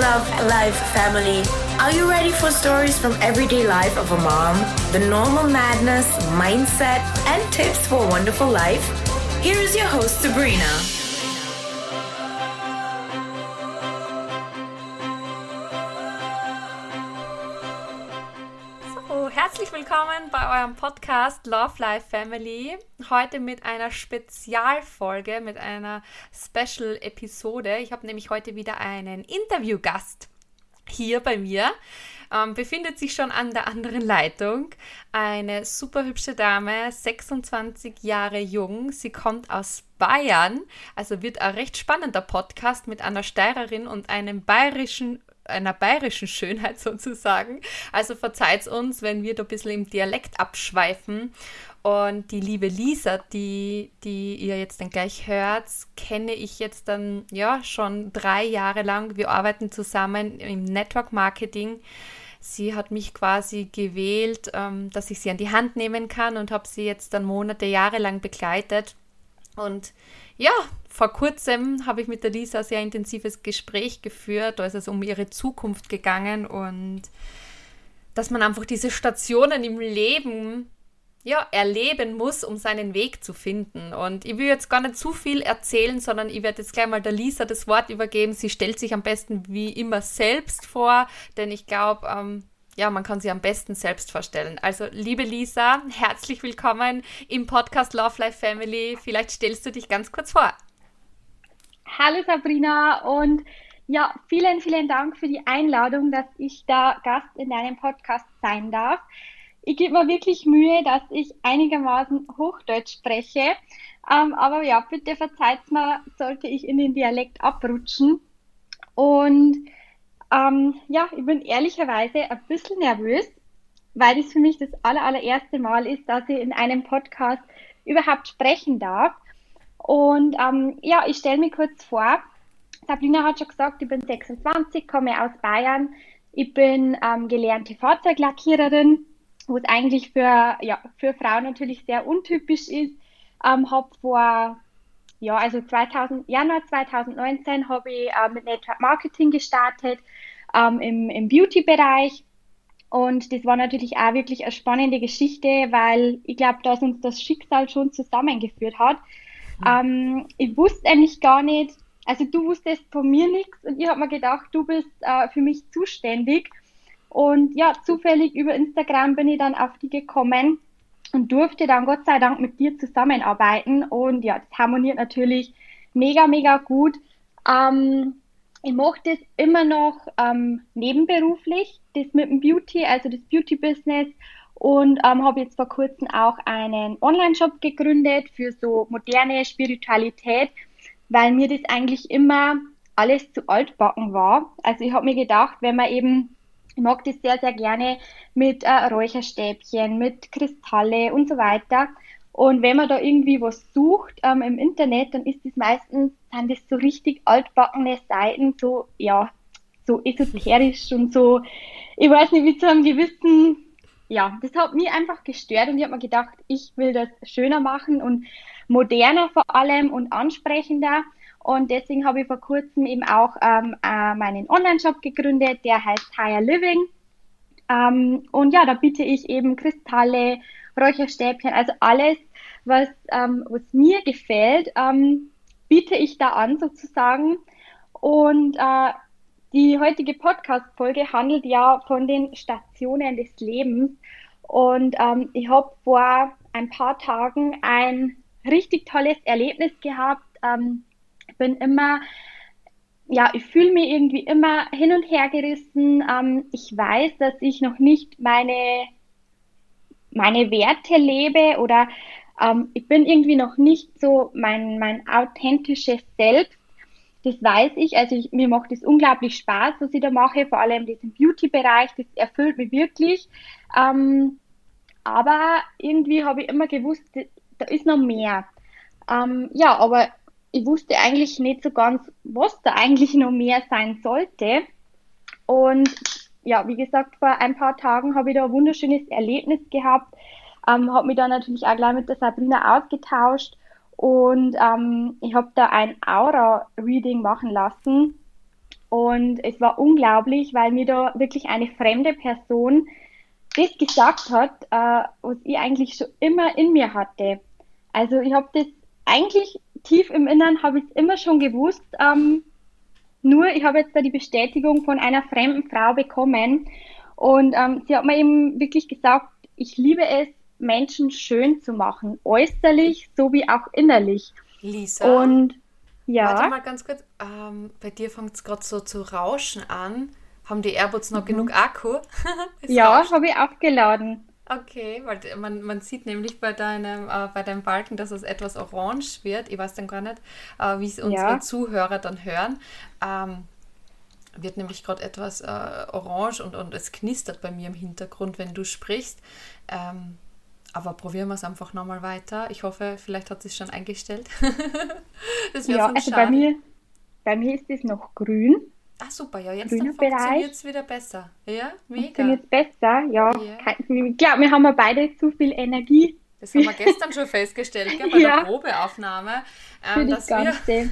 Love Life family. Are you ready for stories from everyday life of a mom? The normal madness, mindset, and tips for a wonderful life? Here is your host, Sabrina. Herzlich willkommen bei eurem Podcast Love Life Family. Heute mit einer Spezialfolge, mit einer Special-Episode. Ich habe nämlich heute wieder einen Interviewgast hier bei mir. Befindet sich schon an der anderen Leitung. Eine super hübsche Dame, 26 Jahre jung. Sie kommt aus Bayern. Also wird ein recht spannender Podcast mit einer Steirerin und einer bayerischen Schönheit sozusagen. Also verzeiht uns, wenn wir da ein bisschen im Dialekt abschweifen. Und die liebe Lisa, die ihr jetzt dann gleich hört, kenne ich jetzt dann schon 3 Jahre lang. Wir arbeiten zusammen im Network Marketing. Sie hat mich quasi gewählt, dass ich sie an die Hand nehmen kann und habe sie jetzt dann Jahre lang begleitet. Und ja, vor kurzem habe ich mit der Lisa ein sehr intensives Gespräch geführt. Da ist es um ihre Zukunft gegangen und dass man einfach diese Stationen im Leben erleben muss, um seinen Weg zu finden. Und ich will jetzt gar nicht zu viel erzählen, sondern ich werde jetzt gleich mal der Lisa das Wort übergeben. Sie stellt sich am besten wie immer selbst vor, denn ich glaube, man kann sie am besten selbst vorstellen. Also, liebe Lisa, herzlich willkommen im Podcast Love Life Family. Vielleicht stellst du dich ganz kurz vor. Hallo Sabrina und vielen, vielen Dank für die Einladung, dass ich da Gast in deinem Podcast sein darf. Ich gebe mir wirklich Mühe, dass ich einigermaßen Hochdeutsch spreche, aber bitte verzeiht mir, sollte ich in den Dialekt abrutschen. Und ich bin ehrlicherweise ein bisschen nervös, weil das für mich das allererste Mal ist, dass ich in einem Podcast überhaupt sprechen darf. Und ich stelle mich kurz vor. Sabrina hat schon gesagt, ich bin 26, komme aus Bayern. Ich bin gelernte Fahrzeuglackiererin, wo es eigentlich für Frauen natürlich sehr untypisch ist. Habe Januar 2019 habe ich mit Network Marketing gestartet im Beauty-Bereich. Und das war natürlich auch wirklich eine spannende Geschichte, weil ich glaube, dass uns das Schicksal schon zusammengeführt hat. Ich wusste eigentlich gar nicht, also du wusstest von mir nichts und ich habe mir gedacht, du bist für mich zuständig. Und zufällig über Instagram bin ich dann auf die gekommen und durfte dann Gott sei Dank mit dir zusammenarbeiten. Und das harmoniert natürlich mega, mega gut. Ich mache das immer noch nebenberuflich, das mit dem Beauty, also das Beauty-Business. Und habe jetzt vor kurzem auch einen Online-Shop gegründet für so moderne Spiritualität, weil mir das eigentlich immer alles zu altbacken war. Also ich habe mir gedacht, ich mag das sehr, sehr gerne mit Räucherstäbchen, mit Kristalle und so weiter. Und wenn man da irgendwie was sucht im Internet, dann ist das sind das so richtig altbackene Seiten, so esoterisch und so, ich weiß nicht, wie zu einem gewissen, das hat mich einfach gestört und ich habe mir gedacht, ich will das schöner machen und moderner vor allem und ansprechender. Und deswegen habe ich vor kurzem eben auch meinen Online-Shop gegründet, der heißt Higher Living. Da biete ich eben Kristalle, Räucherstäbchen, also alles, was mir gefällt, biete ich da an sozusagen. Und die heutige Podcast-Folge handelt ja von den Stationen des Lebens. Und ich habe vor ein paar Tagen ein richtig tolles Erlebnis gehabt. Ich fühle mich irgendwie immer hin und her gerissen. Ich weiß, dass ich noch nicht meine Werte lebe oder ich bin irgendwie noch nicht so mein authentisches Selbst. Das weiß ich. Also mir macht es unglaublich Spaß, was ich da mache, vor allem das im Beauty-Bereich. Das erfüllt mich wirklich. Aber irgendwie habe ich immer gewusst, da ist noch mehr. Aber ich wusste eigentlich nicht so ganz, was da eigentlich noch mehr sein sollte. Und wie gesagt, vor ein paar Tagen habe ich da ein wunderschönes Erlebnis gehabt. Habe mich dann natürlich auch gleich mit der Sabrina ausgetauscht und ich habe da ein Aura-Reading machen lassen. Und es war unglaublich, weil mir da wirklich eine fremde Person das gesagt hat, was ich eigentlich schon immer in mir hatte. Also ich habe das eigentlich tief im Innern, habe ich es immer schon gewusst, nur ich habe jetzt da die Bestätigung von einer fremden Frau bekommen und sie hat mir eben wirklich gesagt, ich liebe es, Menschen schön zu machen, äußerlich sowie auch innerlich. Lisa, Und warte ja, mal ganz kurz. Bei dir fängt es gerade so zu rauschen an. Haben die AirPods noch genug mhm. Akku? Es Ja, rauscht. habe ich aufgeladen. Okay, weil man sieht nämlich bei deinem Balken, dass es etwas orange wird. Ich weiß dann gar nicht, wie es unsere Ja, Zuhörer dann hören. Ähm, Wird nämlich gerade etwas orange und es knistert bei mir im Hintergrund, wenn du sprichst. Ähm, aber probieren wir es einfach nochmal weiter. Ich hoffe, vielleicht hat es schon eingestellt. Das wäre ja, sonst also bei schade. mir ist es noch grün, Ah, super, ja, jetzt dann grüner funktioniert Bereich. es wieder besser. Ja, mega. Funktioniert es besser? Ja, Ja. ich glaube, wir haben ja beide zu viel Energie Das haben für, wir gestern schon festgestellt, gell, bei der ja, Probeaufnahme, für das dass wir, Ganze.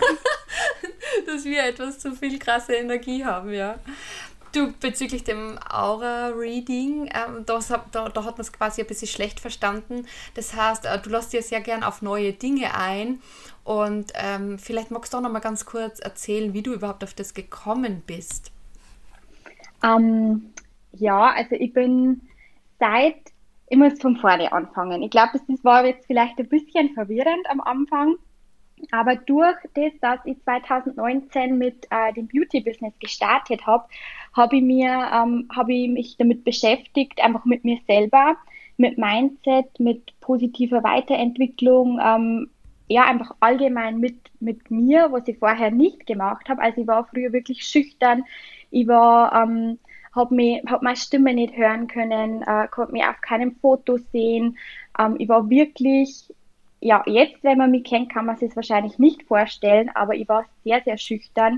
dass wir etwas zu viel krasse Energie haben, ja. Du, bezüglich dem Aura-Reading, da hat man es quasi ein bisschen schlecht verstanden. Das heißt, du lässt dir sehr gern auf neue Dinge ein und vielleicht magst du auch noch mal ganz kurz erzählen, wie du überhaupt auf das gekommen bist. Ähm, ja, also ich bin seit, ich muss von vorne anfangen. Ich glaube, das war jetzt vielleicht ein bisschen verwirrend am Anfang, aber durch das, dass ich 2019 mit dem Beauty-Business gestartet habe, habe ich mich damit beschäftigt, einfach mit mir selber, mit Mindset, mit positiver Weiterentwicklung, ja, einfach allgemein mit mir, was ich vorher nicht gemacht habe. Also ich war früher wirklich schüchtern, ich hab meine Stimme nicht hören können, konnte mich auf keinem Foto sehen. Ich war wirklich, ja, jetzt, wenn man mich kennt, kann man sich es wahrscheinlich nicht vorstellen, aber ich war sehr, sehr schüchtern.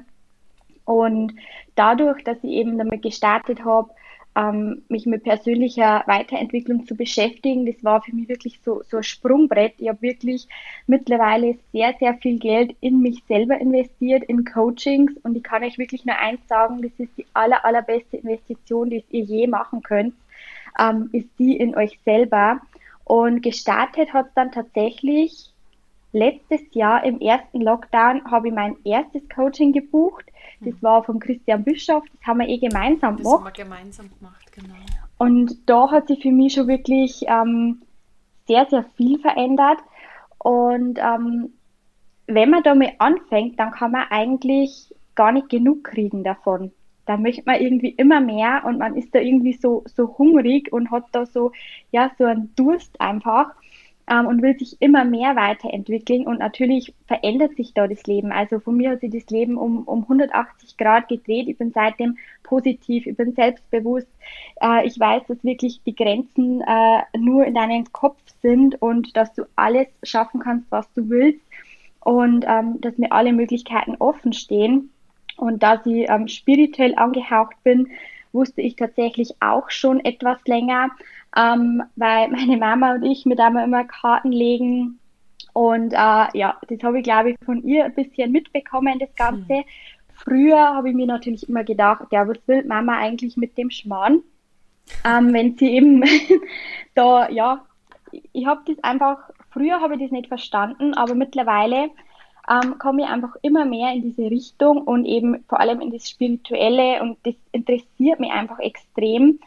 Und dadurch, dass ich eben damit gestartet habe, mich mit persönlicher Weiterentwicklung zu beschäftigen, das war für mich wirklich so ein Sprungbrett. Ich habe wirklich mittlerweile sehr, sehr viel Geld in mich selber investiert, in Coachings. Und ich kann euch wirklich nur eins sagen, das ist die allerbeste Investition, die ihr je machen könnt, ist die in euch selber. Und gestartet hat es dann tatsächlich letztes Jahr im ersten Lockdown habe ich mein erstes Coaching gebucht. Das war von Christian Bischoff, das haben wir gemeinsam Das haben wir gemacht. gemeinsam gemacht, genau. Und da hat sich für mich schon wirklich sehr, sehr viel verändert. Und wenn man damit anfängt, dann kann man eigentlich gar nicht genug kriegen davon. Da möchte man irgendwie immer mehr und man ist da irgendwie so hungrig und hat da so, ja, so einen Durst einfach, und will sich immer mehr weiterentwickeln. Und natürlich verändert sich da das Leben. Also von mir hat sich das Leben um 180 Grad gedreht. Ich bin seitdem positiv, ich bin selbstbewusst. Ich weiß, dass wirklich die Grenzen nur in deinem Kopf sind und dass du alles schaffen kannst, was du willst. Und dass mir alle Möglichkeiten offen stehen. Und da ich spirituell angehaucht bin, wusste ich tatsächlich auch schon etwas länger, weil meine Mama und ich mit einmal immer Karten legen. Und ja, das habe ich, glaube ich, von ihr ein bisschen mitbekommen, das Ganze. Früher habe ich mir natürlich immer gedacht, ja, was will Mama eigentlich mit dem Schmarrn? Wenn sie eben da, ja, ich habe das einfach, früher habe ich das nicht verstanden, aber mittlerweile komme ich einfach immer mehr in diese Richtung und eben vor allem in das Spirituelle und das interessiert mich einfach extrem.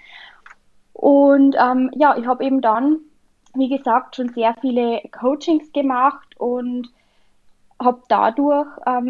Und ja, ich habe eben dann, wie gesagt, schon sehr viele Coachings gemacht und habe dadurch,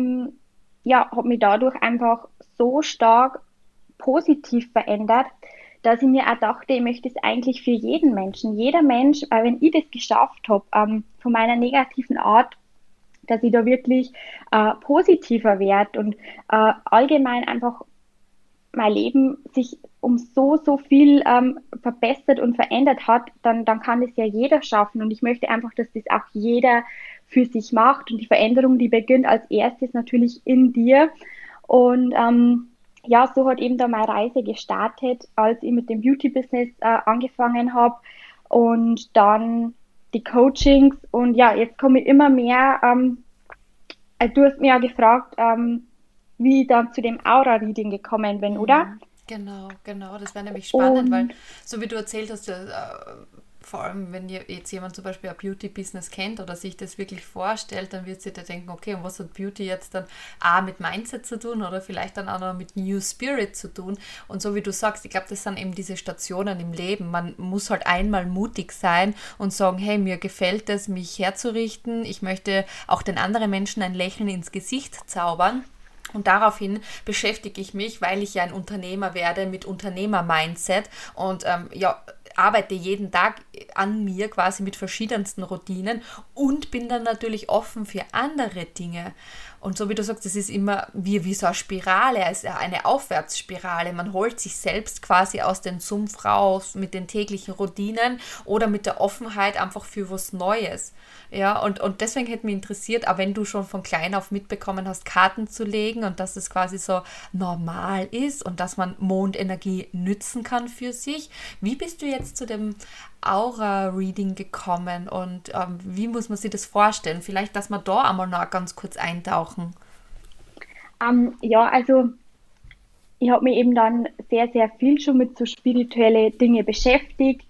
ja, habe mich dadurch einfach so stark positiv verändert, dass ich mir auch dachte, ich möchte es eigentlich für jeden Menschen. Jeder Mensch, wenn ich das geschafft habe, von meiner negativen Art, dass ich da wirklich positiver werde und allgemein einfach mein Leben sich um so viel verbessert und verändert hat, dann kann das ja jeder schaffen. Und ich möchte einfach, dass das auch jeder für sich macht. Und die Veränderung, die beginnt als erstes natürlich in dir. Und ja, so hat eben da meine Reise gestartet, als ich mit dem Beauty-Business angefangen habe und dann die Coachings. Und ja, jetzt komme ich immer mehr, du hast mir ja gefragt, wie ich dann zu dem Aura-Reading gekommen bin, oder? Genau, das wäre nämlich spannend, weil Und so wie du erzählt hast, vor allem wenn jetzt jemand zum Beispiel ein Beauty-Business kennt oder sich das wirklich vorstellt, dann wird sich da denken, okay, und was hat Beauty jetzt dann auch mit Mindset zu tun oder vielleicht dann auch noch mit New Spirit zu tun? Und so wie du sagst, ich glaube, das sind eben diese Stationen im Leben. Man muss halt einmal mutig sein und sagen, hey, mir gefällt es, mich herzurichten, ich möchte auch den anderen Menschen ein Lächeln ins Gesicht zaubern. Und daraufhin beschäftige ich mich, weil ich ja ein Unternehmer werde, mit Unternehmer-Mindset und arbeite jeden Tag an mir quasi mit verschiedensten Routinen und bin dann natürlich offen für andere Dinge. Und so wie du sagst, es ist immer wie so eine Spirale, es ist eine Aufwärtsspirale. Man holt sich selbst quasi aus dem Sumpf raus mit den täglichen Routinen oder mit der Offenheit einfach für was Neues. Ja, und deswegen hätte mich interessiert, auch wenn du schon von klein auf mitbekommen hast, Karten zu legen und dass es quasi so normal ist und dass man Mondenergie nützen kann für sich. Wie bist du jetzt zu dem Aura-Reading gekommen und wie muss man sich das vorstellen? Vielleicht, dass wir da einmal noch ganz kurz eintauchen. ja, also ich habe mich eben dann sehr, sehr viel schon mit so spirituelle Dinge beschäftigt,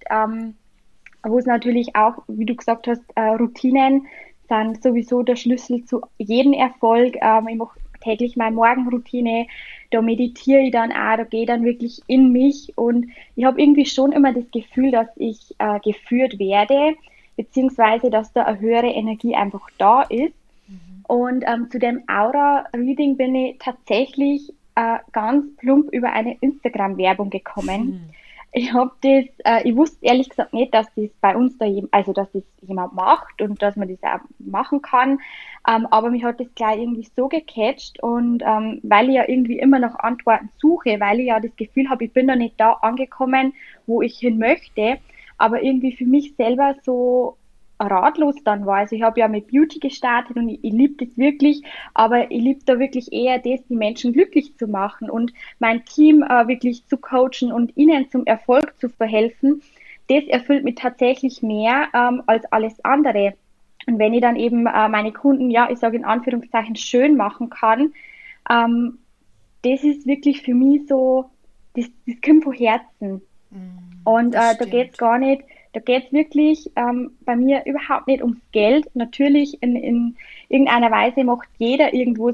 wo es natürlich auch, wie du gesagt hast, Routinen sind sowieso der Schlüssel zu jedem Erfolg. Ich mache täglich meine Morgenroutine, da meditiere ich dann auch, da gehe ich dann wirklich in mich und ich habe irgendwie schon immer das Gefühl, dass ich geführt werde, beziehungsweise dass da eine höhere Energie einfach da ist. Und zu dem Aura-Reading bin ich tatsächlich ganz plump über eine Instagram-Werbung gekommen. Ich habe ich wusste ehrlich gesagt nicht, dass das bei uns also dass das jemand macht und dass man das auch machen kann. Aber mich hat das gleich irgendwie so gecatcht und weil ich ja irgendwie immer nach Antworten suche, weil ich ja das Gefühl habe, ich bin noch nicht da angekommen, wo ich hin möchte, aber irgendwie für mich selber so ratlos dann war. Also ich habe ja mit Beauty gestartet und ich liebe das wirklich, aber ich liebe da wirklich eher das, die Menschen glücklich zu machen und mein Team wirklich zu coachen und ihnen zum Erfolg zu verhelfen. Das erfüllt mich tatsächlich mehr als alles andere. Und wenn ich dann eben meine Kunden, ja, ich sage in Anführungszeichen, schön machen kann, ähm, das ist wirklich für mich so, das kommt von Herzen. Und Das da geht es stimmt. gar nicht, da geht es wirklich bei mir überhaupt nicht ums Geld. Natürlich in irgendeiner Weise macht jeder irgendwo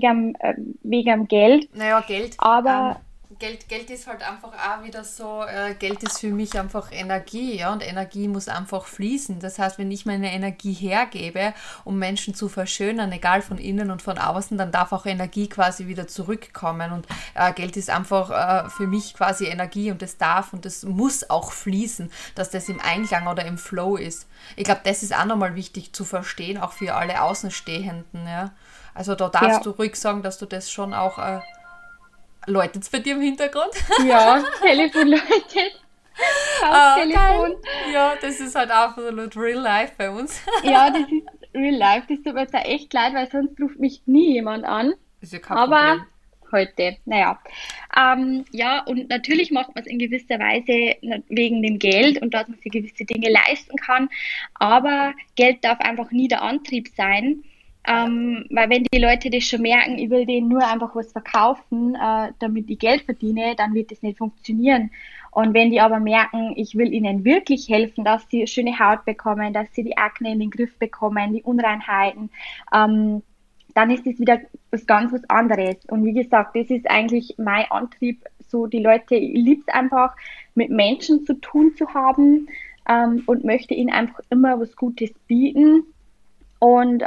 wegen am Geld, Naja, Geld, aber Geld ist halt einfach auch wieder so, Geld ist für mich einfach Energie, ja, und Energie muss einfach fließen. Das heißt, wenn ich meine Energie hergebe, um Menschen zu verschönern, egal von innen und von außen, dann darf auch Energie quasi wieder zurückkommen und Geld ist einfach für mich quasi Energie und das darf und das muss auch fließen, dass das im Einklang oder im Flow ist. Ich glaube, das ist auch nochmal wichtig zu verstehen, auch für alle Außenstehenden, ja. Also da darfst ja, du ruhig sagen, dass du das schon auch läutet's bei dir im Hintergrund? ja, Telefon läutet, Geil. Haustelefon. Ja, das ist halt absolut real life bei uns. Ja, das ist real life. Das tut mir jetzt auch echt leid, weil sonst ruft mich nie jemand an. Ist ja kein Aber Problem. heute, naja. Ja, und natürlich macht man es in gewisser Weise wegen dem Geld und dass man sich gewisse Dinge leisten kann. Aber Geld darf einfach nie der Antrieb sein. Ja. Weil wenn die Leute das schon merken, ich will denen nur einfach was verkaufen, damit ich Geld verdiene, dann wird das nicht funktionieren. Und wenn die aber merken, ich will ihnen wirklich helfen, dass sie schöne Haut bekommen, dass sie die Akne in den Griff bekommen, die Unreinheiten, ähm, dann ist das wieder was anderes. Und wie gesagt, das ist eigentlich mein Antrieb, so die Leute, ich liebe es einfach, mit Menschen zu tun zu haben und möchte ihnen einfach immer was Gutes bieten. Und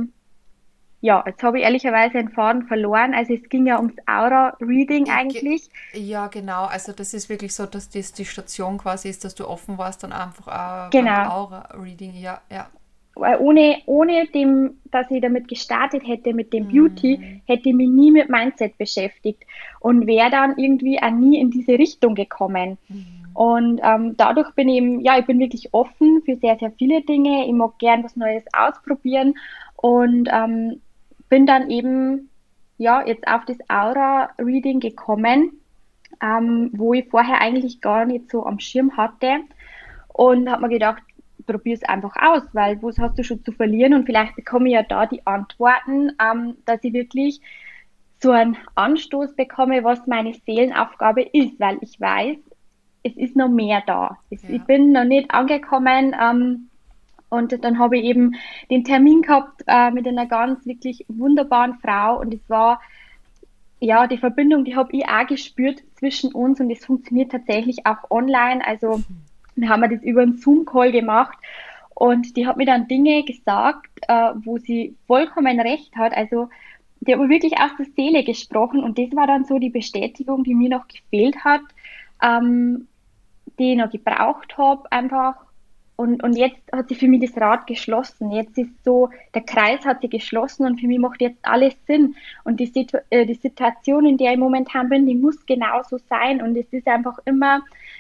ja, jetzt habe ich ehrlicherweise den Faden verloren. Also es ging ja ums Aura-Reading Ich, ge- eigentlich. ja, genau. Also das ist wirklich so, dass das die Station quasi ist, dass du offen warst, dann einfach beim Genau. Aura-Reading. Ja, ja. Weil ohne dem, dass ich damit gestartet hätte, mit dem Beauty, Mm, hätte ich mich nie mit Mindset beschäftigt und wäre dann irgendwie auch nie in diese Richtung gekommen. Und dadurch bin ich eben, ja, ich bin wirklich offen für sehr, sehr viele Dinge. Ich mag gern was Neues ausprobieren und bin dann eben, ja, jetzt auf das Aura-Reading gekommen, wo ich vorher eigentlich gar nicht so am Schirm hatte und habe mir gedacht, probier es einfach aus, weil was hast du schon zu verlieren und vielleicht bekomme ich ja da die Antworten, dass ich wirklich so einen Anstoß bekomme, was meine Seelenaufgabe ist, weil ich weiß, es ist noch mehr da. Ich bin noch nicht angekommen, und dann habe ich eben den Termin gehabt mit einer ganz wirklich wunderbaren Frau, und es war, ja, die Verbindung, die habe ich auch gespürt zwischen uns, und es funktioniert tatsächlich auch online. Also wir haben das über einen Zoom-Call gemacht, und die hat mir dann Dinge gesagt, wo sie vollkommen recht hat. Also die hat mir wirklich aus der Seele gesprochen, und das war dann so die Bestätigung, die mir noch gefehlt hat, die ich noch gebraucht habe einfach. Und jetzt hat sich für mich das Rad geschlossen. Jetzt ist so, der Kreis hat sich geschlossen, und für mich macht jetzt alles Sinn. Und die Situation, in der ich momentan bin, die muss genauso sein. Und es ist einfach immer,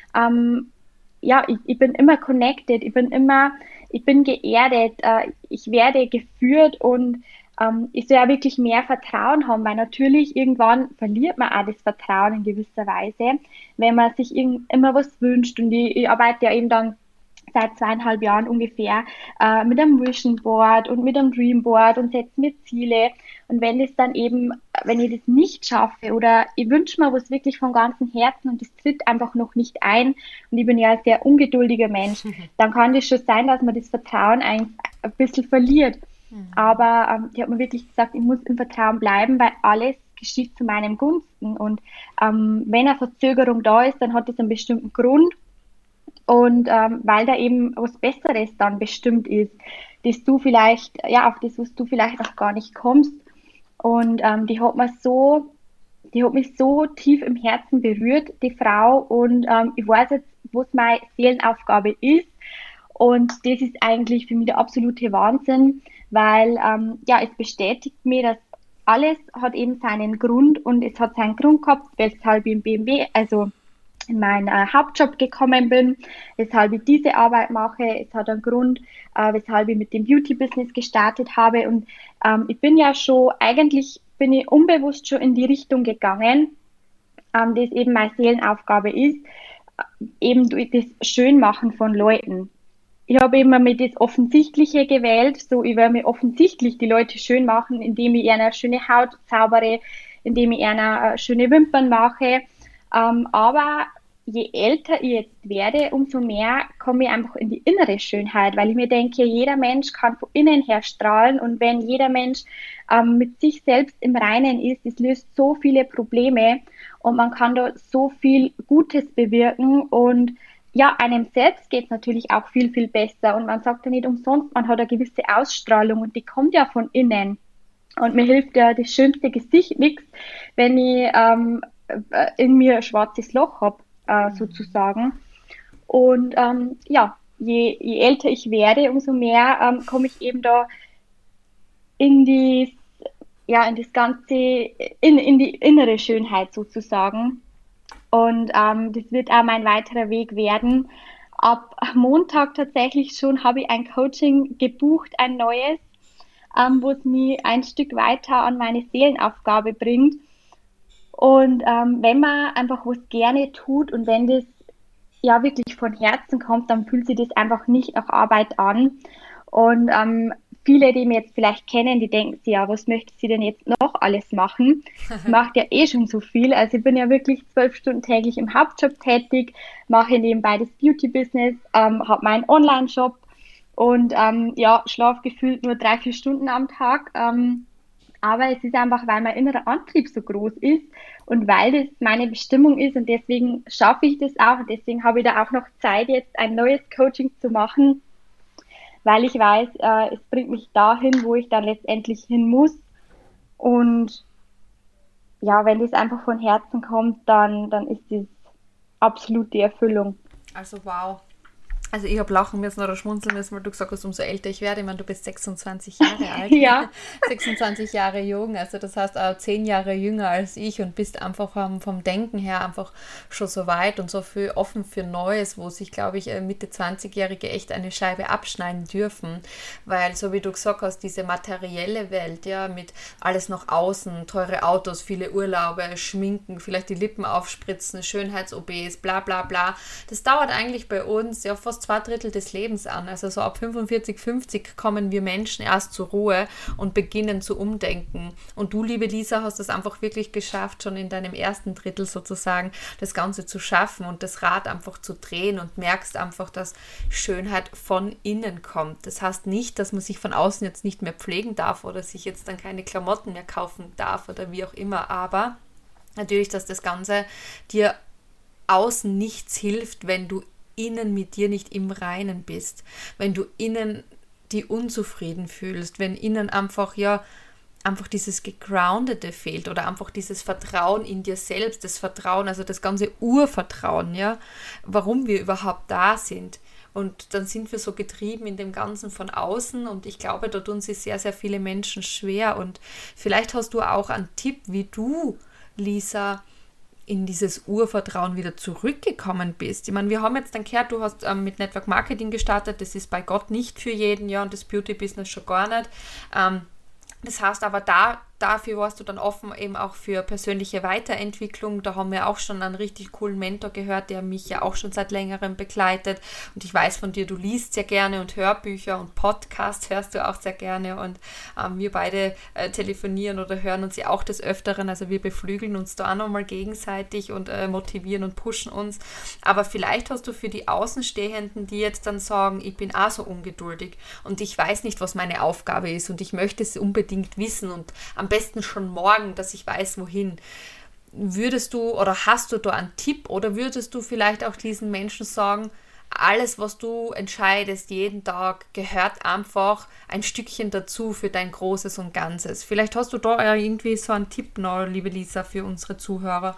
ja, ich bin immer connected, ich bin geerdet, ich werde geführt, und ich soll ja wirklich mehr Vertrauen haben, weil natürlich irgendwann verliert man auch das Vertrauen in gewisser Weise, wenn man sich immer was wünscht. Und ich arbeite ja eben dann seit 2,5 Jahren ungefähr mit einem Vision Board und mit einem Dream Board und setze mir Ziele. Und wenn ich das nicht schaffe, oder ich wünsche mir was wirklich von ganzem Herzen und das tritt einfach noch nicht ein, und ich bin ja ein sehr ungeduldiger Mensch, dann kann das schon sein, dass man das Vertrauen ein bisschen verliert. Aber die hat mir wirklich gesagt, ich muss im Vertrauen bleiben, weil alles geschieht zu meinem Gunsten. Und wenn eine Verzögerung da ist, dann hat das einen bestimmten Grund. Und weil da eben was Besseres dann bestimmt ist, dass du vielleicht, ja, auf das, was du vielleicht auch gar nicht kommst. Und die hat mich so tief im Herzen berührt, die Frau. Und ich weiß jetzt, was meine Seelenaufgabe ist. Und das ist eigentlich für mich der absolute Wahnsinn, weil ja, es bestätigt mir, dass alles hat eben seinen Grund, und es hat seinen Grund gehabt, weshalb ich im BMW, also in meinen Hauptjob gekommen bin, weshalb ich diese Arbeit mache. Es hat einen Grund, weshalb ich mit dem Beauty-Business gestartet habe. Und ich bin ja schon, eigentlich bin ich unbewusst schon in die Richtung gegangen, das eben meine Seelenaufgabe ist, eben durch das Schönmachen von Leuten. Ich habe immer mit das Offensichtliche gewählt, so ich will mir offensichtlich die Leute schön machen, indem ich ihnen eine schöne Haut zaubere, indem ich ihnen schöne Wimpern mache. Aber je älter ich jetzt werde, umso mehr komme ich einfach in die innere Schönheit, weil ich mir denke, jeder Mensch kann von innen her strahlen, und wenn jeder Mensch mit sich selbst im Reinen ist, das löst so viele Probleme, und man kann da so viel Gutes bewirken, und ja, einem selbst geht es natürlich auch viel, viel besser, und man sagt ja nicht umsonst, man hat eine gewisse Ausstrahlung, und die kommt ja von innen, und mir hilft ja das schönste Gesicht nichts, wenn ich in mir ein schwarzes Loch habe, sozusagen. Und ja, je älter ich werde, umso mehr komme ich eben da in das Ganze, in die innere Schönheit sozusagen. Und das wird auch mein weiterer Weg werden. Ab Montag tatsächlich schon habe ich ein Coaching gebucht, ein neues, wo es mich ein Stück weiter an meine Seelenaufgabe bringt. Und wenn man einfach was gerne tut, und wenn das ja wirklich von Herzen kommt, dann fühlt sich das einfach nicht nach Arbeit an. Und viele, die mich jetzt vielleicht kennen, die denken sich, ja, was möchte sie denn jetzt noch alles machen? Ich mache ja eh schon so viel. Also ich bin ja wirklich 12 Stunden täglich im Hauptjob tätig, mache nebenbei das Beauty-Business, habe meinen Online-Shop und ja, schlafe gefühlt nur 3-4 Stunden am Tag. Aber es ist einfach, weil mein innerer Antrieb so groß ist und weil das meine Bestimmung ist, und deswegen schaffe ich das auch, und deswegen habe ich da auch noch Zeit, jetzt ein neues Coaching zu machen, weil ich weiß, es bringt mich dahin, wo ich dann letztendlich hin muss. Und ja, wenn das einfach von Herzen kommt, dann ist das absolut die Erfüllung. Also wow. Also ich habe lachen müssen oder schmunzeln müssen, weil du gesagt hast, umso älter ich werde. Ich meine, du bist 26 Jahre alt. Ja. 26 Jahre jung, also das heißt auch 10 Jahre jünger als ich, und bist einfach vom Denken her einfach schon so weit und so viel offen für Neues, wo sich, glaube ich, Mitte 20-Jährige echt eine Scheibe abschneiden dürfen. Weil, so wie du gesagt hast, diese materielle Welt, ja, mit alles nach außen, teure Autos, viele Urlaube, Schminken, vielleicht die Lippen aufspritzen, Schönheits-OBs, bla bla bla, das dauert eigentlich bei uns ja fast fast 2/3 des Lebens an. Also so ab 45, 50 kommen wir Menschen erst zur Ruhe und beginnen zu umdenken. Und du, liebe Lisa, hast es einfach wirklich geschafft, schon in deinem ersten Drittel sozusagen das Ganze zu schaffen und das Rad einfach zu drehen und merkst einfach, dass Schönheit von innen kommt. Das heißt nicht, dass man sich von außen jetzt nicht mehr pflegen darf oder sich jetzt dann keine Klamotten mehr kaufen darf oder wie auch immer, aber natürlich, dass das Ganze dir außen nichts hilft, wenn du innen mit dir nicht im Reinen bist, wenn du innen die unzufrieden fühlst, wenn innen einfach dieses Gegroundete fehlt oder einfach dieses Vertrauen in dir selbst, das Vertrauen, also das ganze Urvertrauen, ja, warum wir überhaupt da sind. Und dann sind wir so getrieben in dem Ganzen von außen und ich glaube, da tun sich sehr, sehr viele Menschen schwer. Und vielleicht hast du auch einen Tipp, wie du, Lisa, in dieses Urvertrauen wieder zurückgekommen bist. Ich meine, wir haben jetzt dann gehört, du hast mit Network Marketing gestartet, das ist bei Gott nicht für jeden, ja, und das Beauty-Business schon gar nicht. Das heißt aber, dafür warst du dann offen eben auch für persönliche Weiterentwicklung. Da haben wir auch schon einen richtig coolen Mentor gehört, der mich ja auch schon seit längerem begleitet. Und ich weiß von dir, du liest sehr gerne und Hörbücher und Podcasts hörst du auch sehr gerne. Und wir beide telefonieren oder hören uns ja auch des Öfteren. Also wir beflügeln uns da auch nochmal gegenseitig und motivieren und pushen uns. Aber vielleicht hast du für die Außenstehenden, die jetzt dann sagen, ich bin auch so ungeduldig und ich weiß nicht, was meine Aufgabe ist und ich möchte es unbedingt wissen und am besten schon morgen, dass ich weiß, wohin. Würdest du oder hast du da einen Tipp oder würdest du vielleicht auch diesen Menschen sagen, alles, was du entscheidest jeden Tag, gehört einfach ein Stückchen dazu für dein Großes und Ganzes. Vielleicht hast du da irgendwie so einen Tipp noch, liebe Lisa, für unsere Zuhörer.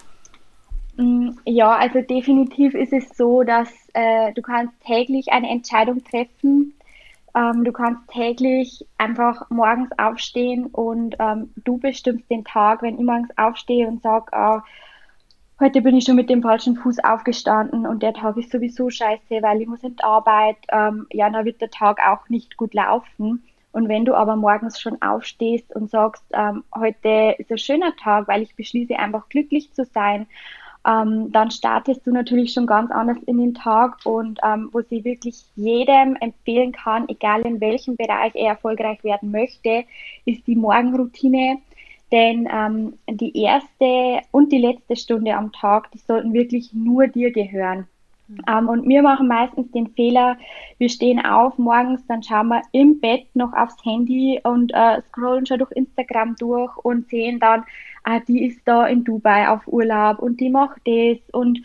Ja, also definitiv ist es so, dass du kannst täglich eine Entscheidung treffen. Du kannst täglich einfach morgens aufstehen und du bestimmst den Tag. Wenn ich morgens aufstehe und sage, heute bin ich schon mit dem falschen Fuß aufgestanden und der Tag ist sowieso scheiße, weil ich muss in die Arbeit, ja, dann wird der Tag auch nicht gut laufen. Und wenn du aber morgens schon aufstehst und sagst, heute ist ein schöner Tag, weil ich beschließe einfach glücklich zu sein, dann startest du natürlich schon ganz anders in den Tag und wo sie wirklich jedem empfehlen kann, egal in welchem Bereich er erfolgreich werden möchte, ist die Morgenroutine. Denn die erste und die letzte Stunde am Tag, die sollten wirklich nur dir gehören. Und wir machen meistens den Fehler, wir stehen auf morgens, dann schauen wir im Bett noch aufs Handy und scrollen schon durch Instagram durch und sehen dann, die ist da in Dubai auf Urlaub und die macht das und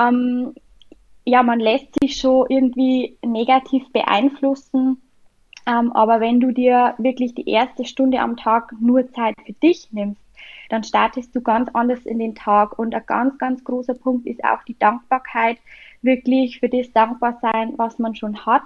ja, man lässt sich schon irgendwie negativ beeinflussen, aber wenn du dir wirklich die erste Stunde am Tag nur Zeit für dich nimmst, dann startest du ganz anders in den Tag und ein ganz, ganz großer Punkt ist auch die Dankbarkeit, wirklich für das dankbar sein, was man schon hat.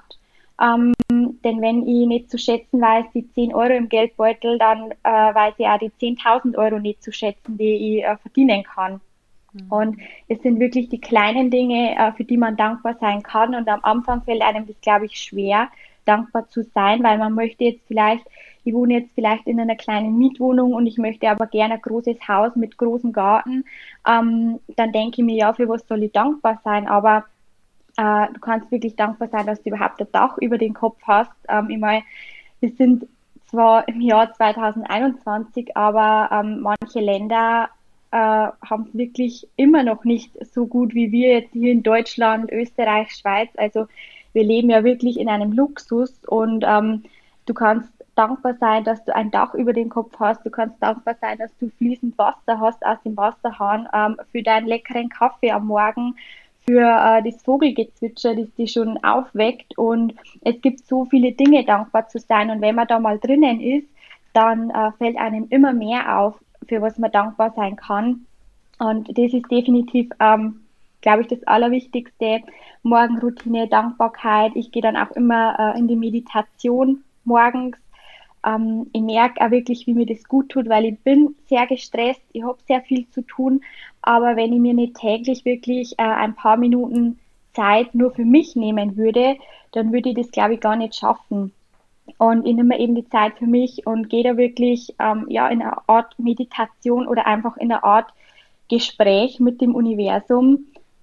Denn wenn ich nicht zu schätzen weiß, die 10 Euro im Geldbeutel, dann weiß ich auch die 10.000 Euro nicht zu schätzen, die ich verdienen kann. Und es sind wirklich die kleinen Dinge, für die man dankbar sein kann. Und am Anfang fällt einem das, glaube ich, schwer, dankbar zu sein, weil man möchte jetzt vielleicht, ich wohne jetzt vielleicht in einer kleinen Mietwohnung und ich möchte aber gerne ein großes Haus mit großem Garten. Dann denke ich mir, ja, für was soll ich dankbar sein? Aber du kannst wirklich dankbar sein, dass du überhaupt ein Dach über den Kopf hast. Ich meine, wir sind zwar im Jahr 2021, aber manche Länder haben es wirklich immer noch nicht so gut wie wir jetzt hier in Deutschland, Österreich, Schweiz. Also wir leben ja wirklich in einem Luxus und du kannst dankbar sein, dass du ein Dach über den Kopf hast. Du kannst dankbar sein, dass du fließend Wasser hast aus dem Wasserhahn, für deinen leckeren Kaffee am Morgen, für das Vogelgezwitscher, das dich schon aufweckt. Und es gibt so viele Dinge, dankbar zu sein. Und wenn man da mal drinnen ist, dann fällt einem immer mehr auf, für was man dankbar sein kann. Und das ist definitiv, glaube ich, das Allerwichtigste. Morgenroutine, Dankbarkeit. Ich gehe dann auch immer in die Meditation morgens. Ich merke auch wirklich, wie mir das gut tut, weil ich bin sehr gestresst, ich habe sehr viel zu tun, aber wenn ich mir nicht täglich wirklich ein paar Minuten Zeit nur für mich nehmen würde, dann würde ich das, glaube ich, gar nicht schaffen. Und ich nehme eben die Zeit für mich und gehe da wirklich ja, in eine Art Meditation oder einfach in eine Art Gespräch mit dem Universum.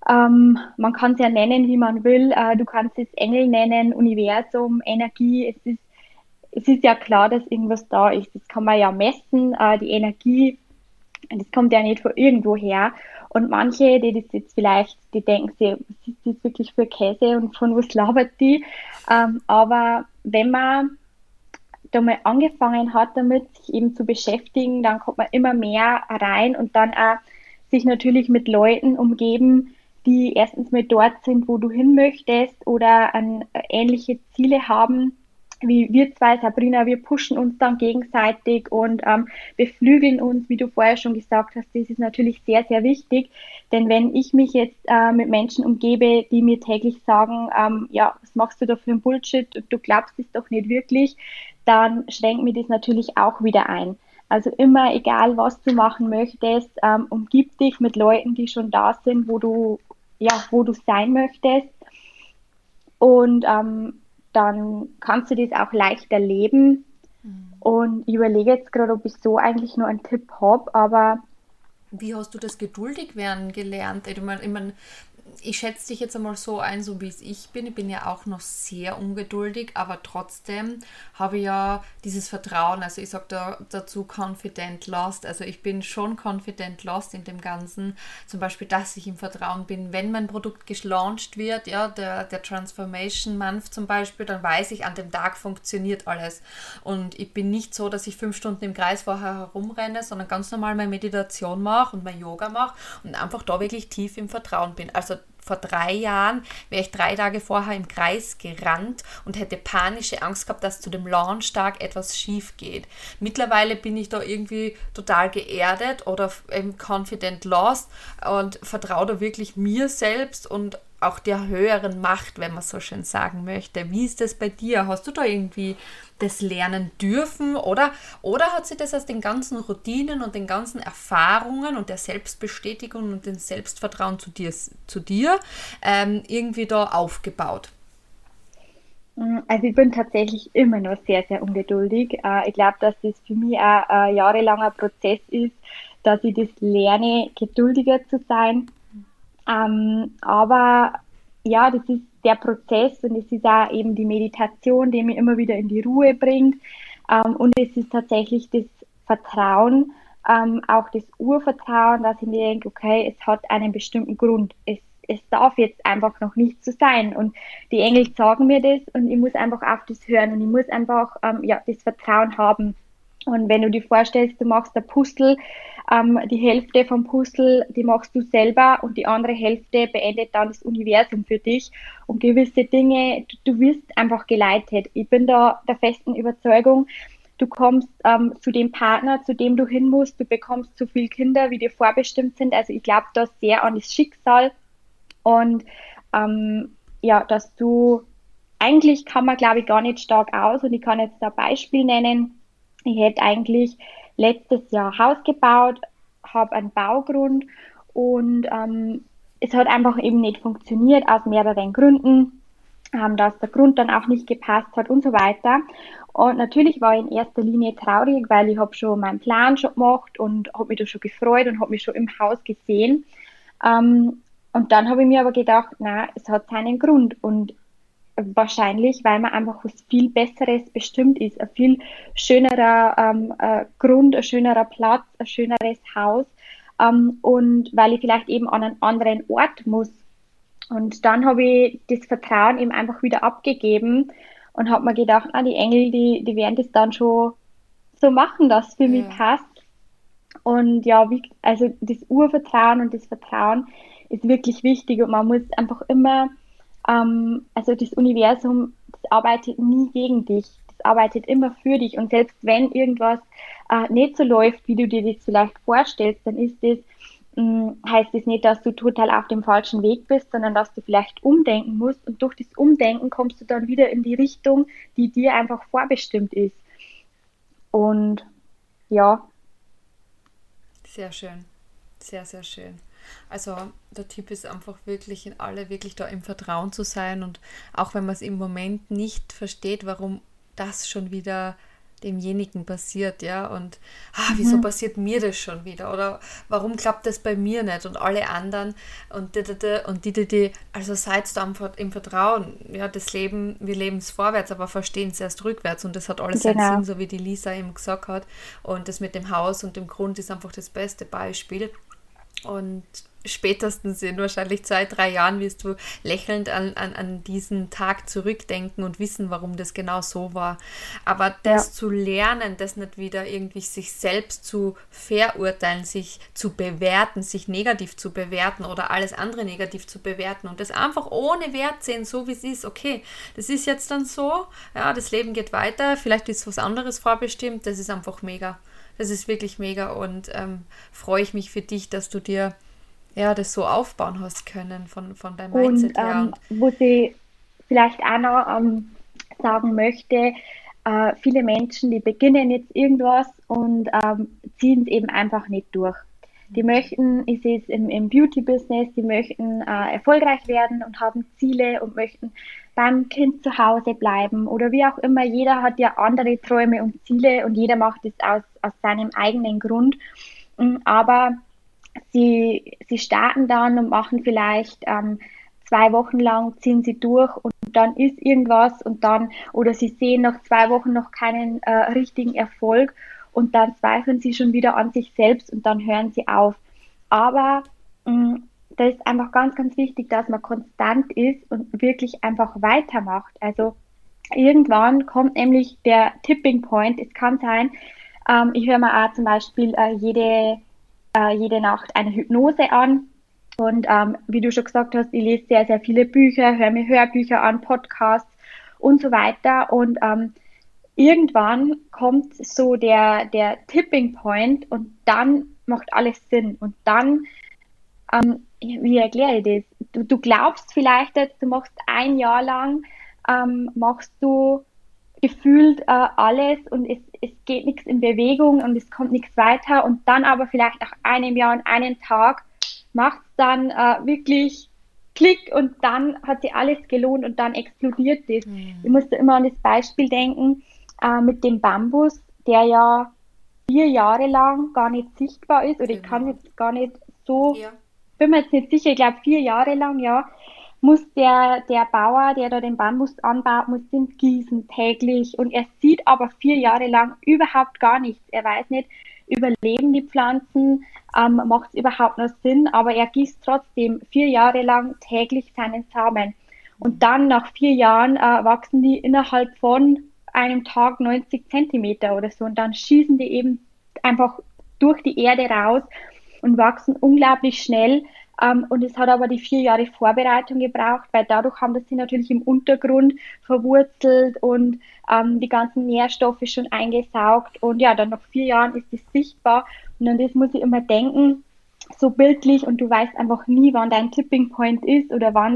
Man kann es ja nennen, wie man will. Du kannst es Engel nennen, Universum, Energie. Es ist ja klar, dass irgendwas da ist. Das kann man ja messen, die Energie. Das kommt ja nicht von irgendwo her. Und manche, die das jetzt vielleicht, die denken sich, was ist das wirklich für Käse und von was labert die? Aber wenn man da mal angefangen hat damit, sich eben zu beschäftigen, dann kommt man immer mehr rein und dann auch sich natürlich mit Leuten umgeben, die erstens mal dort sind, wo du hin möchtest oder ähnliche Ziele haben wie wir zwei, Sabrina, wir pushen uns dann gegenseitig und beflügeln uns, wie du vorher schon gesagt hast. Das ist natürlich sehr, sehr wichtig, denn wenn ich mich jetzt mit Menschen umgebe, die mir täglich sagen, ja, was machst du da für ein Bullshit, du glaubst es doch nicht wirklich, dann schränkt mir das natürlich auch wieder ein. Also immer, egal was du machen möchtest, umgib dich mit Leuten, die schon da sind, wo du sein möchtest. Und dann kannst du das auch leichter leben. Und ich überlege jetzt gerade, ob ich so eigentlich nur einen Tipp habe, aber Wie hast du das geduldig werden gelernt? Ich schätze dich jetzt einmal so ein, so wie es ich bin. Ich bin ja auch noch sehr ungeduldig, aber trotzdem habe ich ja dieses Vertrauen. Also ich sage dazu confident lost. Also ich bin schon confident lost in dem Ganzen. Zum Beispiel, dass ich im Vertrauen bin, wenn mein Produkt gelauncht wird, ja, der Transformation Month zum Beispiel, dann weiß ich, an dem Tag funktioniert alles. Und ich bin nicht so, dass ich 5 Stunden im Kreis vorher herumrenne, sondern ganz normal meine Meditation mache und mein Yoga mache und einfach da wirklich tief im Vertrauen bin. Also vor 3 Jahren wäre ich 3 Tage vorher im Kreis gerannt und hätte panische Angst gehabt, dass zu dem Launchtag etwas schief geht. Mittlerweile bin ich da irgendwie total geerdet oder confident lost und vertraue da wirklich mir selbst und auch der höheren Macht, wenn man so schön sagen möchte. Wie ist das bei dir? Hast du da irgendwie das lernen dürfen oder hat sich das aus den ganzen Routinen und den ganzen Erfahrungen und der Selbstbestätigung und dem Selbstvertrauen zu dir irgendwie da aufgebaut? Also ich bin tatsächlich immer noch sehr, sehr ungeduldig. Ich glaube, dass das für mich auch ein jahrelanger Prozess ist, dass ich das lerne, geduldiger zu sein. Aber ja, das ist der Prozess und es ist auch eben die Meditation, die mich immer wieder in die Ruhe bringt. Und es ist tatsächlich das Vertrauen, auch das Urvertrauen, dass ich mir denke, okay, es hat einen bestimmten Grund. Es darf jetzt einfach noch nicht so sein. Und die Engel sagen mir das und ich muss einfach auf das hören und ich muss einfach ja, das Vertrauen haben. Und wenn du dir vorstellst, du machst ein Puzzle, die Hälfte vom Puzzle, die machst du selber und die andere Hälfte beendet dann das Universum für dich. Und gewisse Dinge, du wirst einfach geleitet. Ich bin da der festen Überzeugung, du kommst zu dem Partner, zu dem du hin musst, du bekommst so viele Kinder, wie dir vorbestimmt sind. Also ich glaube da sehr an das Schicksal und ja, dass du, eigentlich kann man glaube ich gar nicht stark aus und ich kann jetzt da ein Beispiel nennen. Ich hätte eigentlich letztes Jahr Haus gebaut, habe einen Baugrund und es hat einfach eben nicht funktioniert aus mehreren Gründen, dass der Grund dann auch nicht gepasst hat und so weiter. Und natürlich war ich in erster Linie traurig, weil ich habe schon meinen Plan schon gemacht und habe mich da schon gefreut und habe mich schon im Haus gesehen. Und dann habe ich mir aber gedacht, na, es hat seinen Grund und wahrscheinlich, weil man einfach was viel Besseres bestimmt ist, ein viel schönerer Grund, ein schönerer Platz, ein schöneres Haus und weil ich vielleicht eben an einen anderen Ort muss. Und dann habe ich das Vertrauen eben einfach wieder abgegeben und habe mir gedacht, die Engel, die werden das dann schon so machen, dass es für mich passt. Und ja, also das Urvertrauen und das Vertrauen ist wirklich wichtig und man muss einfach immer also das Universum, das arbeitet nie gegen dich, das arbeitet immer für dich und selbst wenn irgendwas nicht so läuft, wie du dir das vielleicht vorstellst, dann heißt das nicht, dass du total auf dem falschen Weg bist, sondern dass du vielleicht umdenken musst und durch das Umdenken kommst du dann wieder in die Richtung, die dir einfach vorbestimmt ist. Und ja. Sehr schön. Sehr, sehr schön. Also der Tipp ist einfach wirklich in alle wirklich da im Vertrauen zu sein und auch wenn man es im Moment nicht versteht, warum das schon wieder demjenigen passiert, ja, und wieso passiert mir das schon wieder, oder warum klappt das bei mir nicht und alle anderen und die, also seid da im Vertrauen, ja, das Leben, wir leben es vorwärts, aber verstehen es erst rückwärts, und das hat alles seinen Sinn, so wie die Lisa eben gesagt hat, und das mit dem Haus und dem Grund ist einfach das beste Beispiel. Und spätestens in wahrscheinlich 2-3 Jahren wirst du lächelnd an diesen Tag zurückdenken und wissen, warum das genau so war. Aber das zu lernen, das nicht wieder irgendwie sich selbst zu verurteilen, sich zu bewerten, sich negativ zu bewerten oder alles andere negativ zu bewerten und das einfach ohne Wert sehen, so wie es ist. Okay, das ist jetzt dann so, ja, das Leben geht weiter, vielleicht ist was anderes vorbestimmt, das ist einfach mega. Das ist wirklich mega, und freue ich mich für dich, dass du dir das so aufbauen hast können von deinem Mindset her. Und was ich vielleicht auch noch sagen möchte, viele Menschen, die beginnen jetzt irgendwas und ziehen es eben einfach nicht durch. Die möchten, ich sehe es im Beauty-Business, die möchten erfolgreich werden und haben Ziele und möchten beim Kind zu Hause bleiben oder wie auch immer. Jeder hat ja andere Träume und Ziele und jeder macht es aus seinem eigenen Grund. Aber sie starten dann und machen vielleicht 2 Wochen lang, ziehen sie durch und dann ist irgendwas und dann, oder sie sehen nach 2 Wochen noch keinen richtigen Erfolg und dann zweifeln sie schon wieder an sich selbst und dann hören sie auf. Aber da ist einfach ganz, ganz wichtig, dass man konstant ist und wirklich einfach weitermacht. Also irgendwann kommt nämlich der Tipping Point. Es kann sein, ich höre mir auch zum Beispiel jede Nacht eine Hypnose an. Und wie du schon gesagt hast, ich lese sehr, sehr viele Bücher, höre mir Hörbücher an, Podcasts und so weiter. Und irgendwann kommt so der Tipping Point und dann macht alles Sinn. Und dann, wie erkläre ich das? Du glaubst vielleicht, du machst 1 Jahr lang, machst du gefühlt alles und es geht nichts in Bewegung und es kommt nichts weiter und dann aber vielleicht nach 1 Jahr und 1 Tag macht es dann wirklich Klick und dann hat sich alles gelohnt und dann explodiert das. Ich musste immer an das Beispiel denken mit dem Bambus, der ja 4 Jahre lang gar nicht sichtbar ist, oder ich kann jetzt gar nicht so, bin mir jetzt nicht sicher, ich glaube 4 Jahre lang, ja, muss der Bauer, der da den Bambus anbaut, muss den gießen täglich und er sieht aber 4 Jahre lang überhaupt gar nichts. Er weiß nicht, überleben die Pflanzen, macht es überhaupt noch Sinn, aber er gießt trotzdem 4 Jahre lang täglich seinen Samen. Und dann nach 4 Jahren wachsen die innerhalb von einem Tag 90 Zentimeter oder so und dann schießen die eben einfach durch die Erde raus und wachsen unglaublich schnell. Und es hat aber die 4 Jahre Vorbereitung gebraucht, weil dadurch haben das sie natürlich im Untergrund verwurzelt und die ganzen Nährstoffe schon eingesaugt. Und ja, dann nach 4 Jahren ist es sichtbar. Und an das muss ich immer denken, so bildlich. Und du weißt einfach nie, wann dein Tipping Point ist oder wann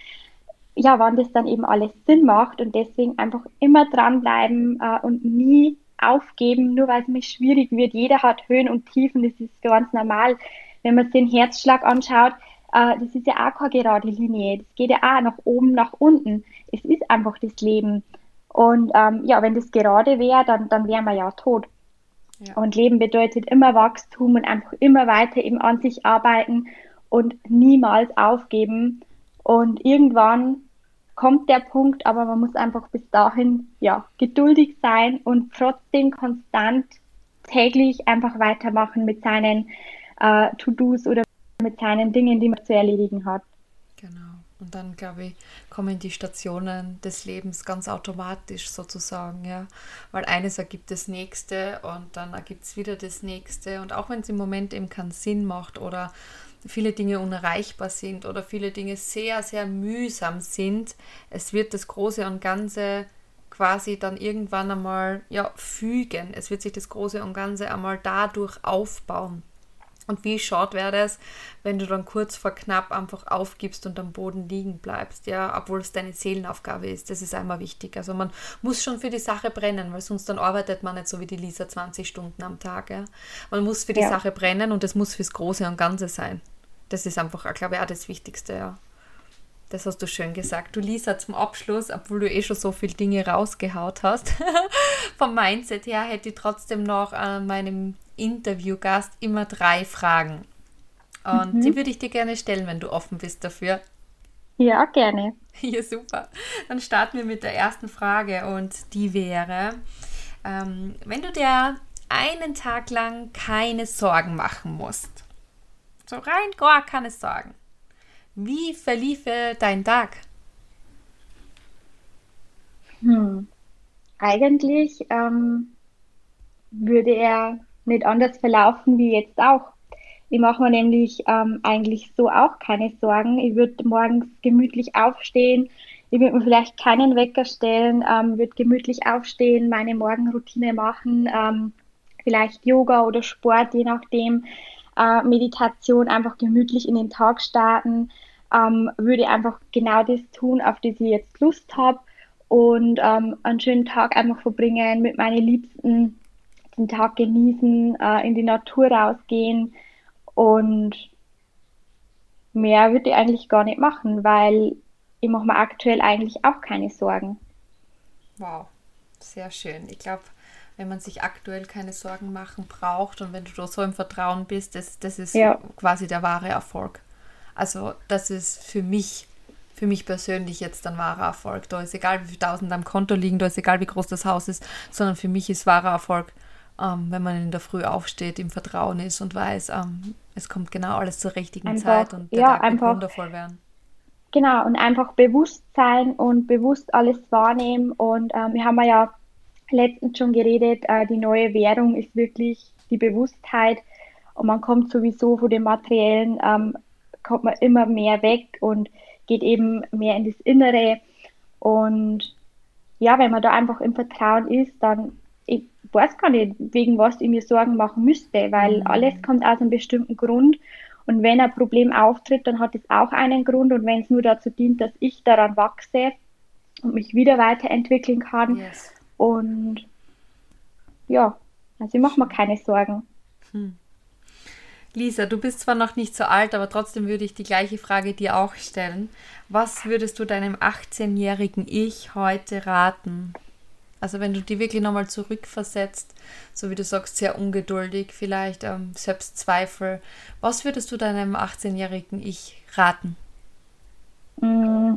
wann das dann eben alles Sinn macht. Und deswegen einfach immer dranbleiben und nie aufgeben, nur weil es mir schwierig wird. Jeder hat Höhen und Tiefen, das ist ganz normal. Wenn man sich den Herzschlag anschaut, das ist ja auch keine gerade Linie. Das geht ja auch nach oben, nach unten. Es ist einfach das Leben. Und wenn das gerade wäre, dann wären wir ja tot. Ja. Und Leben bedeutet immer Wachstum und einfach immer weiter eben an sich arbeiten und niemals aufgeben. Und irgendwann kommt der Punkt, aber man muss einfach bis dahin geduldig sein und trotzdem konstant täglich einfach weitermachen mit seinen To-Dos oder mit seinen Dingen, die man zu erledigen hat. Genau. Und dann, glaube ich, kommen die Stationen des Lebens ganz automatisch sozusagen, ja. Weil eines ergibt das Nächste und dann ergibt es wieder das Nächste. Und auch wenn es im Moment eben keinen Sinn macht oder viele Dinge unerreichbar sind oder viele Dinge sehr, sehr mühsam sind, es wird das Große und Ganze quasi dann irgendwann einmal fügen. Es wird sich das Große und Ganze einmal dadurch aufbauen. Und wie schade wäre es, wenn du dann kurz vor knapp einfach aufgibst und am Boden liegen bleibst, ja, obwohl es deine Seelenaufgabe ist. Das ist einmal wichtig. Also man muss schon für die Sache brennen, weil sonst dann arbeitet man nicht so wie die Lisa 20 Stunden am Tag. Ja. Man muss für die Sache brennen und es muss fürs Große und Ganze sein. Das ist einfach, glaube ich, auch das Wichtigste, ja. Das hast du schön gesagt. Du, Lisa, zum Abschluss, obwohl du schon so viele Dinge rausgehaut hast, vom Mindset her hätte ich trotzdem noch an meinem Interviewgast immer 3 Fragen. Und die würde ich dir gerne stellen, wenn du offen bist dafür. Ja, gerne. Ja, super. Dann starten wir mit der ersten Frage und die wäre, wenn du dir einen Tag lang keine Sorgen machen musst, so rein gar keine Sorgen, wie verliefe dein Tag? Eigentlich würde er nicht anders verlaufen wie jetzt auch. Ich mache mir nämlich eigentlich so auch keine Sorgen. Ich würde morgens gemütlich aufstehen. Ich würde mir vielleicht keinen Wecker stellen, würde gemütlich aufstehen, meine Morgenroutine machen, vielleicht Yoga oder Sport, je nachdem, Meditation, einfach gemütlich in den Tag starten, würde einfach genau das tun, auf das ich jetzt Lust habe und einen schönen Tag einfach verbringen, mit meinen Liebsten den Tag genießen, in die Natur rausgehen und mehr würde ich eigentlich gar nicht machen, weil ich mache mir aktuell eigentlich auch keine Sorgen. Wow, sehr schön. Ich glaube, wenn man sich aktuell keine Sorgen machen braucht und wenn du da so im Vertrauen bist, das ist Ja, quasi der wahre Erfolg. Also das ist für mich persönlich jetzt ein wahrer Erfolg. Da ist egal, wie viel Tausend am Konto liegen, da ist egal, wie groß das Haus ist, sondern für mich ist wahrer Erfolg, wenn man in der Früh aufsteht, im Vertrauen ist und weiß, es kommt genau alles zur richtigen Zeit einfach, und der ja, Tag wird einfach, wundervoll werden. genau, und einfach bewusst sein und bewusst alles wahrnehmen. Und wir haben ja letztens schon geredet, die neue Währung ist wirklich die Bewusstheit und man kommt sowieso von dem Materiellen, kommt man immer mehr weg und geht eben mehr in das Innere. Und ja, wenn man da einfach im Vertrauen ist, dann, ich weiß gar nicht, wegen was ich mir Sorgen machen müsste, weil alles kommt aus einem bestimmten Grund. Und wenn ein Problem auftritt, dann hat es auch einen Grund. Und wenn es nur dazu dient, dass ich daran wachse und mich wieder weiterentwickeln kann. Yes. Und ja, also ich mache mir keine Sorgen. Lisa, du bist zwar noch nicht so alt, aber trotzdem würde ich die gleiche Frage dir auch stellen. Was würdest du deinem 18-jährigen Ich heute raten? Also wenn du die wirklich nochmal zurückversetzt, so wie du sagst, sehr ungeduldig, vielleicht Selbstzweifel. Was würdest du deinem 18-jährigen Ich raten? Mm,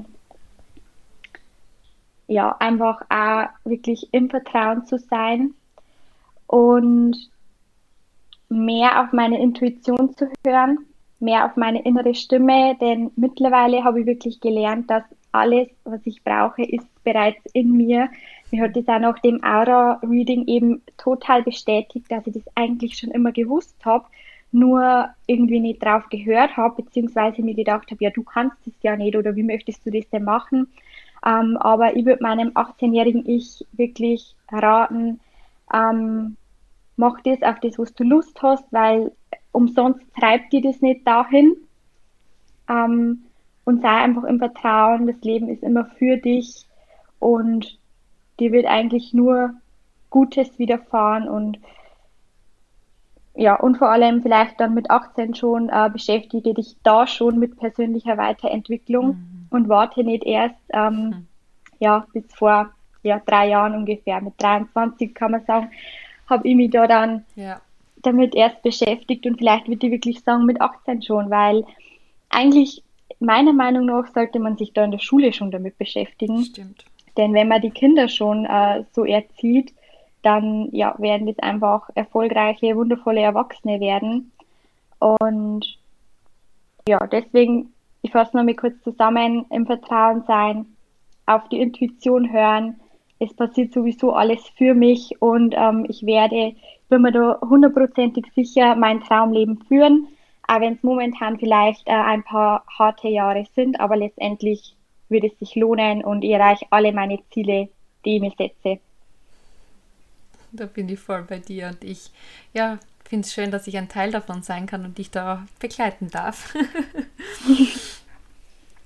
ja, einfach auch wirklich im Vertrauen zu sein und mehr auf meine Intuition zu hören, mehr auf meine innere Stimme, denn mittlerweile habe ich wirklich gelernt, dass alles, was ich brauche, ist bereits in mir. Mir hat das auch nach dem Aura-Reading eben total bestätigt, dass ich das eigentlich schon immer gewusst habe, nur irgendwie nicht drauf gehört habe, beziehungsweise mir gedacht habe, ja, du kannst das ja nicht oder wie möchtest du das denn machen? Aber ich würde meinem 18-jährigen Ich wirklich raten, ähm, mach das auf das, was du Lust hast, weil umsonst treibt dir das nicht dahin. Ähm, und sei einfach im Vertrauen, das Leben ist immer für dich und dir wird eigentlich nur Gutes widerfahren und ja, und vor allem vielleicht dann mit 18 schon beschäftige dich da schon mit persönlicher Weiterentwicklung und warte nicht erst ja, bis vor 3 Jahren ungefähr, mit 23 kann man sagen, habe ich mich da dann Ja, damit erst beschäftigt und vielleicht würde ich wirklich sagen mit 18 schon, weil eigentlich meiner Meinung nach sollte man sich da in der Schule schon damit beschäftigen, stimmt. denn wenn man die Kinder schon so erzieht, dann ja, werden das einfach erfolgreiche, wundervolle Erwachsene werden. Und ja, deswegen, ich fasse noch mal kurz zusammen, im Vertrauen sein, auf die Intuition hören. Es passiert sowieso alles für mich und bin mir da hundertprozentig sicher, mein Traumleben führen, auch wenn es momentan vielleicht ein paar harte Jahre sind, aber letztendlich wird es sich lohnen und ich erreiche alle meine Ziele, die ich mir setze. Da bin ich voll bei dir und ich, ja, finde es schön, dass ich ein Teil davon sein kann und dich da begleiten darf.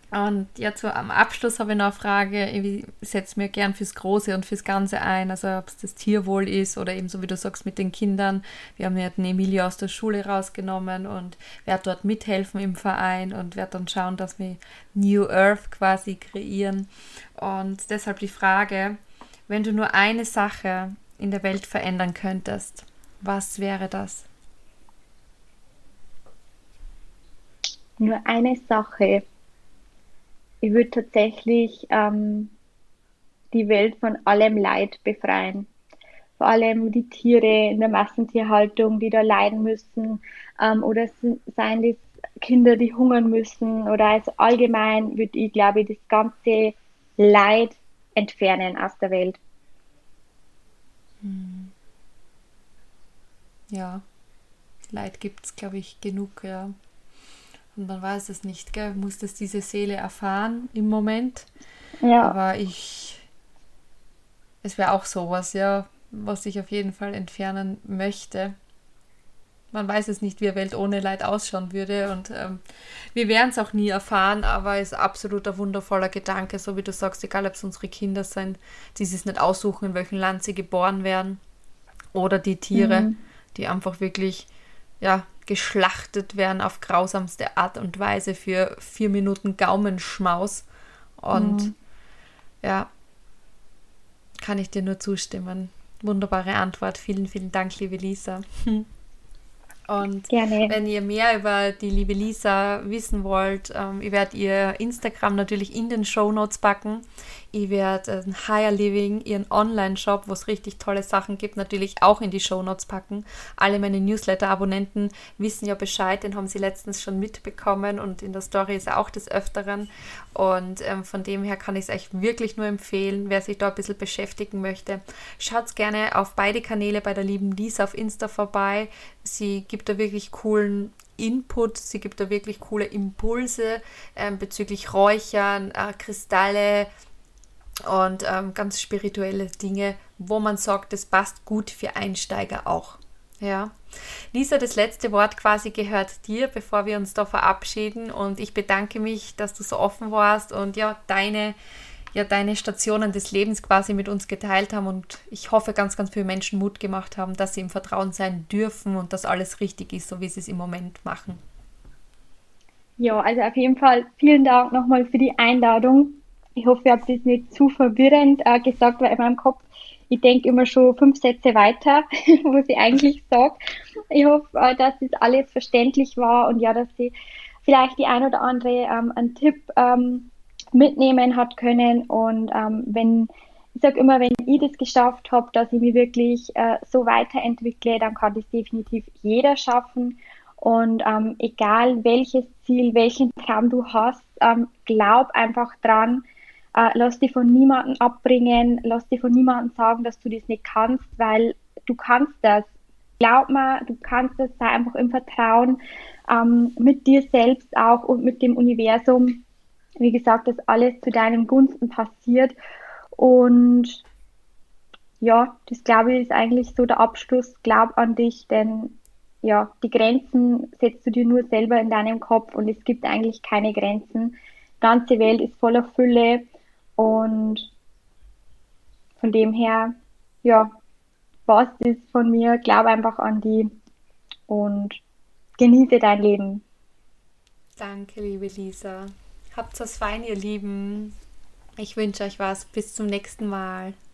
Und jetzt so am Abschluss habe ich noch eine Frage, ich setze mir gern fürs Große und fürs Ganze ein, also ob es das Tierwohl ist oder eben so wie du sagst mit den Kindern. Wir haben ja den Emilio aus der Schule rausgenommen und werde dort mithelfen im Verein und werde dann schauen, dass wir New Earth quasi kreieren. Und deshalb die Frage, wenn du nur eine Sache in der Welt verändern könntest, was wäre das? Nur eine Sache. Ich würde tatsächlich die Welt von allem Leid befreien. Vor allem die Tiere in der Massentierhaltung, die da leiden müssen, oder seien das Kinder, die hungern müssen, oder also allgemein würde ich, glaube ich, das ganze Leid entfernen aus der Welt. Ja, Leid gibt es, glaube ich, genug, ja. Und man weiß es nicht, gell? Muss das diese Seele erfahren im Moment. Ja, Aber es wäre auch sowas, ja, was ich auf jeden Fall entfernen möchte. Man weiß es nicht, wie eine Welt ohne Leid ausschauen würde und wir werden es auch nie erfahren, aber es ist absolut ein wundervoller Gedanke, so wie du sagst, egal ob es unsere Kinder sind, die sich nicht aussuchen, in welchem Land sie geboren werden oder die Tiere, die einfach wirklich ja, geschlachtet werden auf grausamste Art und Weise für 4 Minuten Gaumenschmaus und ja, kann ich dir nur zustimmen. Wunderbare Antwort. Vielen, vielen Dank, liebe Lisa. Und gerne. wenn ihr mehr über die liebe Lisa wissen wollt, ich werde ihr Instagram natürlich in den Shownotes packen. Ich werde Higher Living, ihren Online-Shop, wo es richtig tolle Sachen gibt, natürlich auch in die Shownotes packen. Alle meine Newsletter-Abonnenten wissen ja Bescheid, den haben sie letztens schon mitbekommen und in der Story ist er auch des Öfteren. Und von dem her kann ich es euch wirklich nur empfehlen, wer sich da ein bisschen beschäftigen möchte. Schaut gerne auf beide Kanäle bei der lieben Lisa auf Insta vorbei. Sie gibt da wirklich coolen Input, sie gibt da wirklich coole Impulse bezüglich Räuchern, Kristalle und ganz spirituelle Dinge, wo man sagt, das passt gut für Einsteiger auch. Ja. Lisa, das letzte Wort quasi gehört dir, bevor wir uns da verabschieden und ich bedanke mich, dass du so offen warst und deine Stationen des Lebens quasi mit uns geteilt haben und ich hoffe, ganz, ganz viele Menschen Mut gemacht haben, dass sie im Vertrauen sein dürfen und dass alles richtig ist, so wie sie es im Moment machen. Ja, also auf jeden Fall vielen Dank nochmal für die Einladung. Ich hoffe, ich habe das nicht zu verwirrend gesagt, weil in meinem Kopf, ich denke immer schon 5 Sätze weiter, was ich eigentlich sage. Ich hoffe, dass das alles verständlich war und ja, dass sie vielleicht die ein oder andere einen Tipp mitnehmen hat können und ich sage immer, wenn ich das geschafft habe, dass ich mich wirklich so weiterentwickle, dann kann das definitiv jeder schaffen und egal welches Ziel, welchen Traum du hast, glaub einfach dran, lass dich von niemandem abbringen, lass dich von niemandem sagen, dass du das nicht kannst, weil du kannst das. Glaub mir, du kannst das, sei einfach im Vertrauen mit dir selbst auch und mit dem Universum. Wie gesagt, dass alles zu deinen Gunsten passiert. Und ja, das glaube ich ist eigentlich so der Abschluss. Glaub an dich, denn ja, die Grenzen setzt du dir nur selber in deinem Kopf und es gibt eigentlich keine Grenzen. Die ganze Welt ist voller Fülle und von dem her, ja, was ist von mir, glaub einfach an die und genieße dein Leben. Danke, liebe Lisa. Habt's was fein, ihr Lieben. Ich wünsche euch was. Bis zum nächsten Mal.